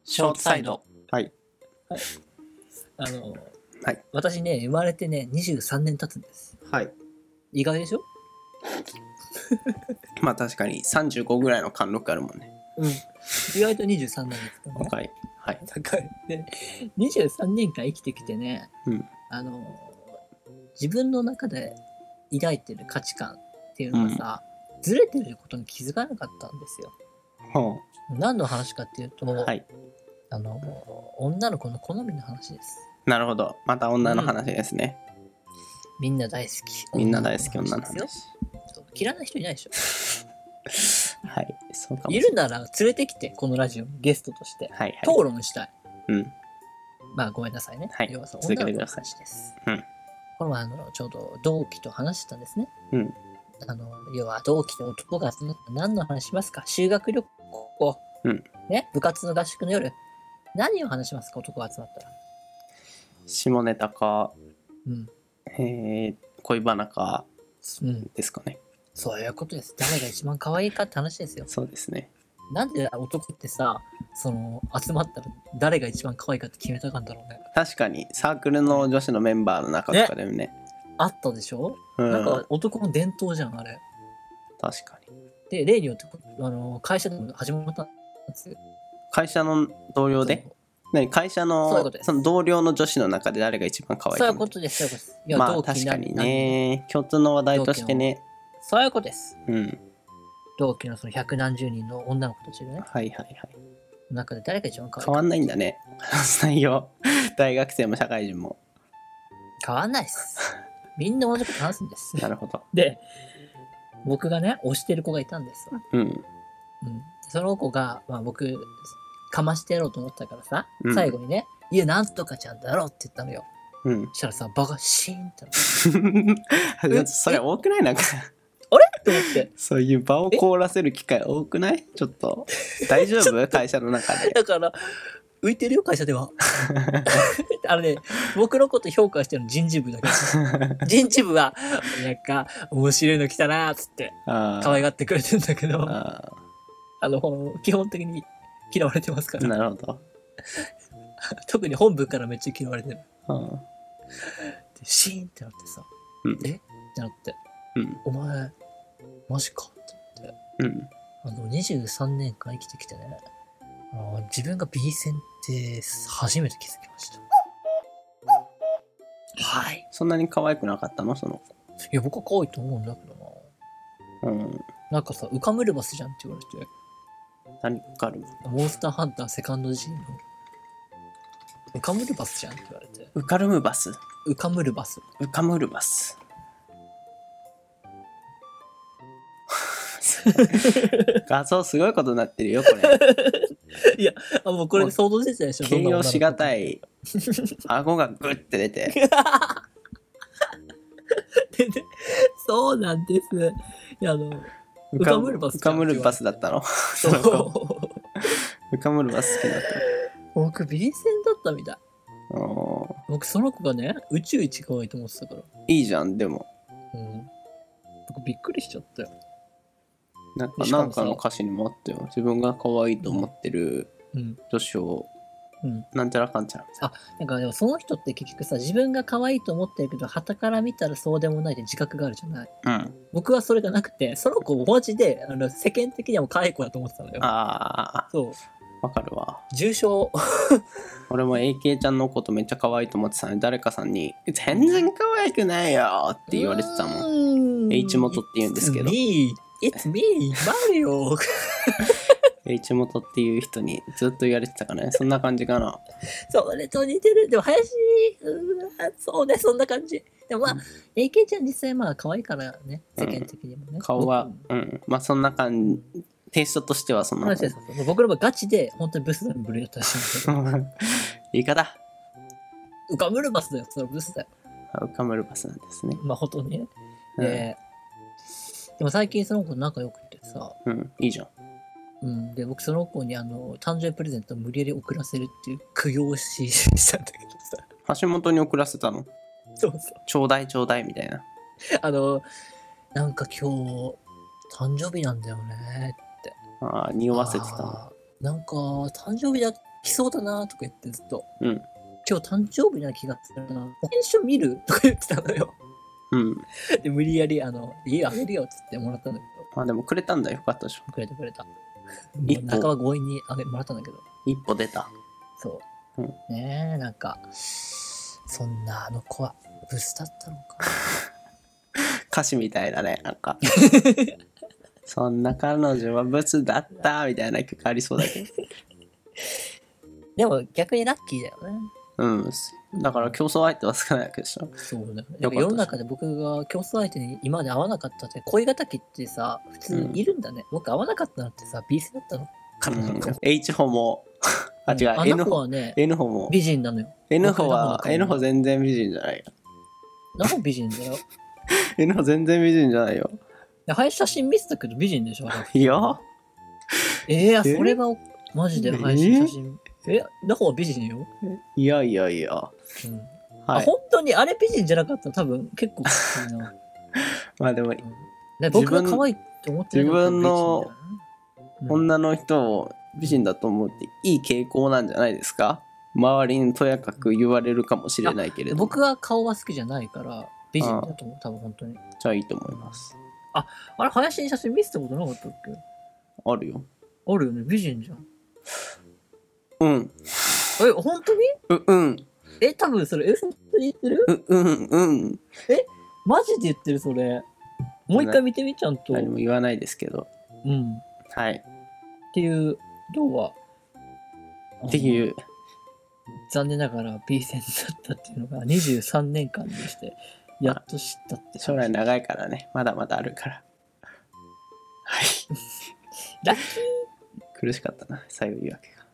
ショートサイド。 はい。はい。 私ね、生まれてね、23年経つんです。 はい。 意外でしょ？ まあ確かに35ぐらいの貫禄あるもんね。 うん。意外と23年ですからね。 若い。はい。 高い。で、23年間生きてきてね、 うん。 自分の中で抱いてる価値観っていうのがさ、ずれてることに気づかなかったんですよ。 ほ何の話かっていうと、 う。はい。 女の子の好みの話です。 なるほど。また女の話ですね。 みんな大好き。 みんな大好き女のですよ。 話。 そう嫌いな人いないでしょ。 はい。そうかもしいれるなら連れてきて、このラジオにゲストとして。 はいはい。 討論したい。 うん。 まあごめんなさいね。 はい要はそう続けて女の子のください話です。 うんこの前ちょうど同期と話してたんですね。 うん。 要は同期と男が集まったら何の話しますか？修学旅行。 うんね、部活の合宿の夜。何を話しますか？男が集まったら。 下ネタか、 うん。 恋バナかうん。 ですかね。 そういうことです。誰が一番可愛いかって話ですよ。 そうですね。 なんで男ってさ、集まったら誰が一番可愛いかって決めたかんだろうね。 確かにサークルの女子のメンバーの中とかでもね。 あったでしょ？ うん。 なんか男の伝統じゃん、あれ。 確かに。 で、例によって、会社でも始まったんですよ。 会社の同僚で会社のそういうことですその同僚の女子の中で誰が一番可愛いかみたいな。 そういうことです、そういうことです。いや、 まあ同期確かにね、共通の話題としてね。 そういうことです。 うん。 同期のその百何十人の女の子たちでね、 はいはいはい。 中で誰が一番可愛いか。 変わんないんだね。話す内容。大学生も社会人も。 変わんないっす。みんな同じこと話すんです。 なるほど。 で、僕がね、推してる子がいたんですよ。 うん。 うん。その子が、まあ僕、かましてやろうと思ったからさ、 うん最後にね、いや、なんとかちゃんだろうって言ったのよ。 うん。 そしたらさ、場がシーンってなってそれ多くないなんかあれって思って。 そういう場を凍らせる機会多くないちょっと。大丈夫会社の中で。 だから、浮いてるよ、会社では。僕のこと評価してるの人事部だけど、人事部は、なんか、面白いの来たなーっつって、可愛がってくれてるんだけど、基本的に嫌われてますから。 なるほど。 特に本部からめっちゃ嫌われてる。 うん。 でシーンってなってさ、 うんえってなって、 うん。 お前、マジかって言って、 うん。 23年間生きてきてね、自分が B 線って初めて気づきました。はい。 そんなに可愛くなかったのその子。 いや、僕は可愛いと思うんだけどな。 うん。 なんかさ、ウカムルバスじゃんって言われて。 何かるモンスターハンターセカンド G の。ウカムルバスじゃんって言われて。 ウカルムバスウカムルバス。 ウカムルバス。画像すごいことになってるよ、これ。 いや、もうこれで想像してたでしょ。 形容しがたい。顎がグッて出て。 そうなんです。いや、ウカムルバス。 ウカムルバスだったのそう。 ウカムルバス好きだった。 僕、B 線だったみたい。僕、その子がね、宇宙一可愛いと思ってたから。 いいじゃん、でも。 うん。僕、びっくりしちゃったよ。 なんかの歌詞にもあったよ。自分が可愛いと思ってる女子を、なんちゃらかんちゃら。 なんかでもその人って結局さ、自分が可愛いと思ってるけど、傍から見たらそうでもないって自覚があるじゃない。 うん。 僕はそれがなくて、その子マジで世間的にはもう可愛い子だと思ってたのよ。 ああ。 そう。 わかるわ。 重症。 俺も AK ちゃんのことめっちゃ可愛いと思ってたのに、誰かさんに全然可愛くないよって言われてたもん。H 元って言うんですけど。 It's me, Mario! H 元っていう人にずっと言われてたからね。そんな感じかな。 それと似てる。でも林、そうね、そんな感じ。でもまあ、AK ちゃん実際まあ可愛いからね、世間的にもね。 顔は、まあそんな感じ。テイストとしてはそんな感じ。 僕らはガチで本当にブスな部類だったらしいんだけど。 言い方。 ウカムルバスだよ、それブスだよ。 ウカムルバスなんですね。 まあ本当にね。でも最近その子と仲良くてさ。 いいじゃん。で、僕その子に誕生日プレゼントを無理やり送らせるっていう苦行ししたんだけどさ。 橋本に送らせたの？ そうそう。 ちょうだいちょうだいみたいな。 なんか今日、誕生日なんだよねって。 匂わせてたの。 なんか、誕生日だ来そうだなとか言ってずっと。 うん。 今日誕生日な気がするな。保険証見るとか言ってたのよ。 うん。 で、無理やり、家あげるよっつってもらったんだけど。 あ、でもくれたんだよ。よかったでしょ。 くれたくれた。 一歩半ば強引にもらったんだけど。 一歩出た。 そう。 うんねえ、なんか、そんなあの子はブスだったのか。 歌詞みたいだね。なんか。そんな彼女はブスだったみたいな曲ありそうだけど。 でも逆にラッキーだよね。 うん。だから競争相手は少ないわけでしょ。 そうだよね。世の中で僕が競争相手に今まで会わなかったって、恋敵ってさ、普通いるんだね。僕会わなかったのってさ、B 線だったのかな。 H ホも、あ、違う、 あの子はね、 N ホも。 美人なのよ。 N ホ全然美人じゃないよ。 何も美人だよ。 N ホ全然美人じゃないよ。 林写真見てたけど美人でしょ。 いや。 それはマジで林写真。中は美人よ。 いや。うん。はい、 本当にあれ美人じゃなかったら多分結構きついな。 まあでも、 僕が可愛いって思ってる自分の女の人を美人だと思っていい傾向なんじゃないですか。周りにとやかく言われるかもしれないけれど。 僕は顔は好きじゃないから美人だと思う。多分本当に。 じゃあいいと思います。 あれ林に写真見せたことなかったっけ？ あるよ。 あるよね。美人じゃん。 うん。 本当に？ うん。 多分それ本当に言ってる？ うん。 マジで言ってるそれ。もう一回見てみちゃんと。 何も言わないですけど。 うん。 はい。 っていう動画。 っていう。 残念ながら B 線だったっていうのが23年間でして、やっと知ったって。 将来長いからね。まだまだあるから。はい。 ラッキー。 苦しかったな、最後言い訳が。